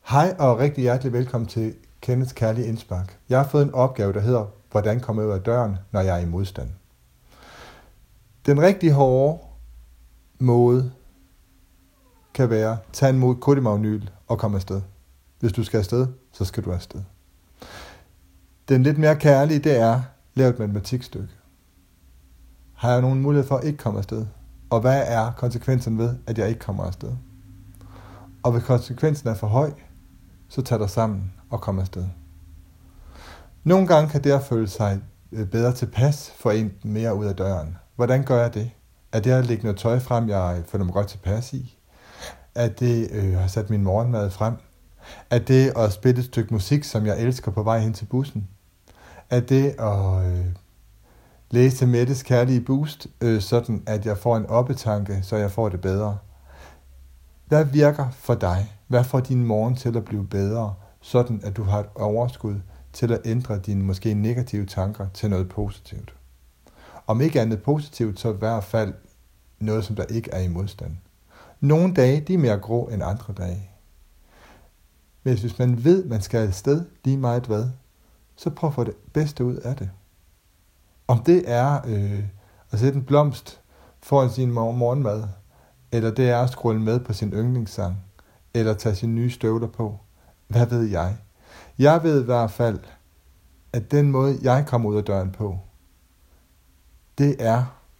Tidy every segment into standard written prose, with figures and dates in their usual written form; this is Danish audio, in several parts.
Hej og rigtig hjertelig velkommen til Kenneths Kærlige Indspark. Jeg har fået en opgave, der hedder, hvordan komme ud af døren, når jeg er i modstand. Den rigtig hårde måde kan være, tag en kodimagnyl og kom afsted. Hvis du skal afsted, så skal du afsted. Den lidt mere kærlige, det er, lav et matematikstykke. Har jeg nogen mulighed for at ikke komme afsted? Og hvad er konsekvensen ved, at jeg ikke kommer afsted? Og hvis konsekvensen er for høj, så tag dig sammen og kom afsted. Nogle gange kan det at føle sig bedre tilpas få en mere ud af døren. Hvordan gør jeg det? Er det at lægge noget tøj frem, jeg føler mig godt tilpas i? Er det at have sat min morgenmad frem? Er det at spille et stykke musik, som jeg elsker på vej hen til bussen? Er det at læse Mettes Kærlige Boost, sådan at jeg får en oppetanke, så jeg får det bedre? Hvad virker for dig? Hvad får din morgen til at blive bedre, sådan at du har et overskud til at ændre dine måske negative tanker til noget positivt? Om ikke andet positivt, så i hvert fald noget, som der ikke er i modstand. Nogle dage, de er mere grå end andre dage. Men hvis man ved, man skal afsted lige meget hvad, så prøv at få det bedste ud af det. Om det er at sætte en blomst foran sin morgenmad, eller det er at scrolle med på sin yndlingssang, eller tage sine nye støvler på. Hvad ved jeg? Jeg ved i hvert fald, at den måde, jeg kommer ud af døren på, det er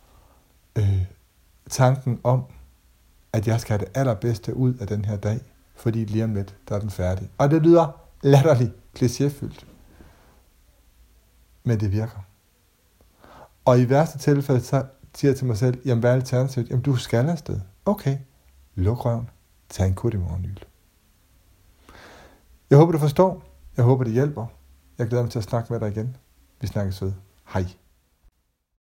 tanken om, at jeg skal have det allerbedste ud af den her dag, fordi lige om lidt, der er den færdig. Og det lyder latterligt klichéfyldt, men det virker. Og i værste tilfælde, så siger jeg til mig selv, jamen hvad er alternativet? Jamen du skal afsted. Okay, luk røven, tag en kodimagnyl. Jeg håber du forstår. Jeg håber det hjælper. Jeg glæder mig til at snakke med dig igen. Vi snakkes ved. Hej.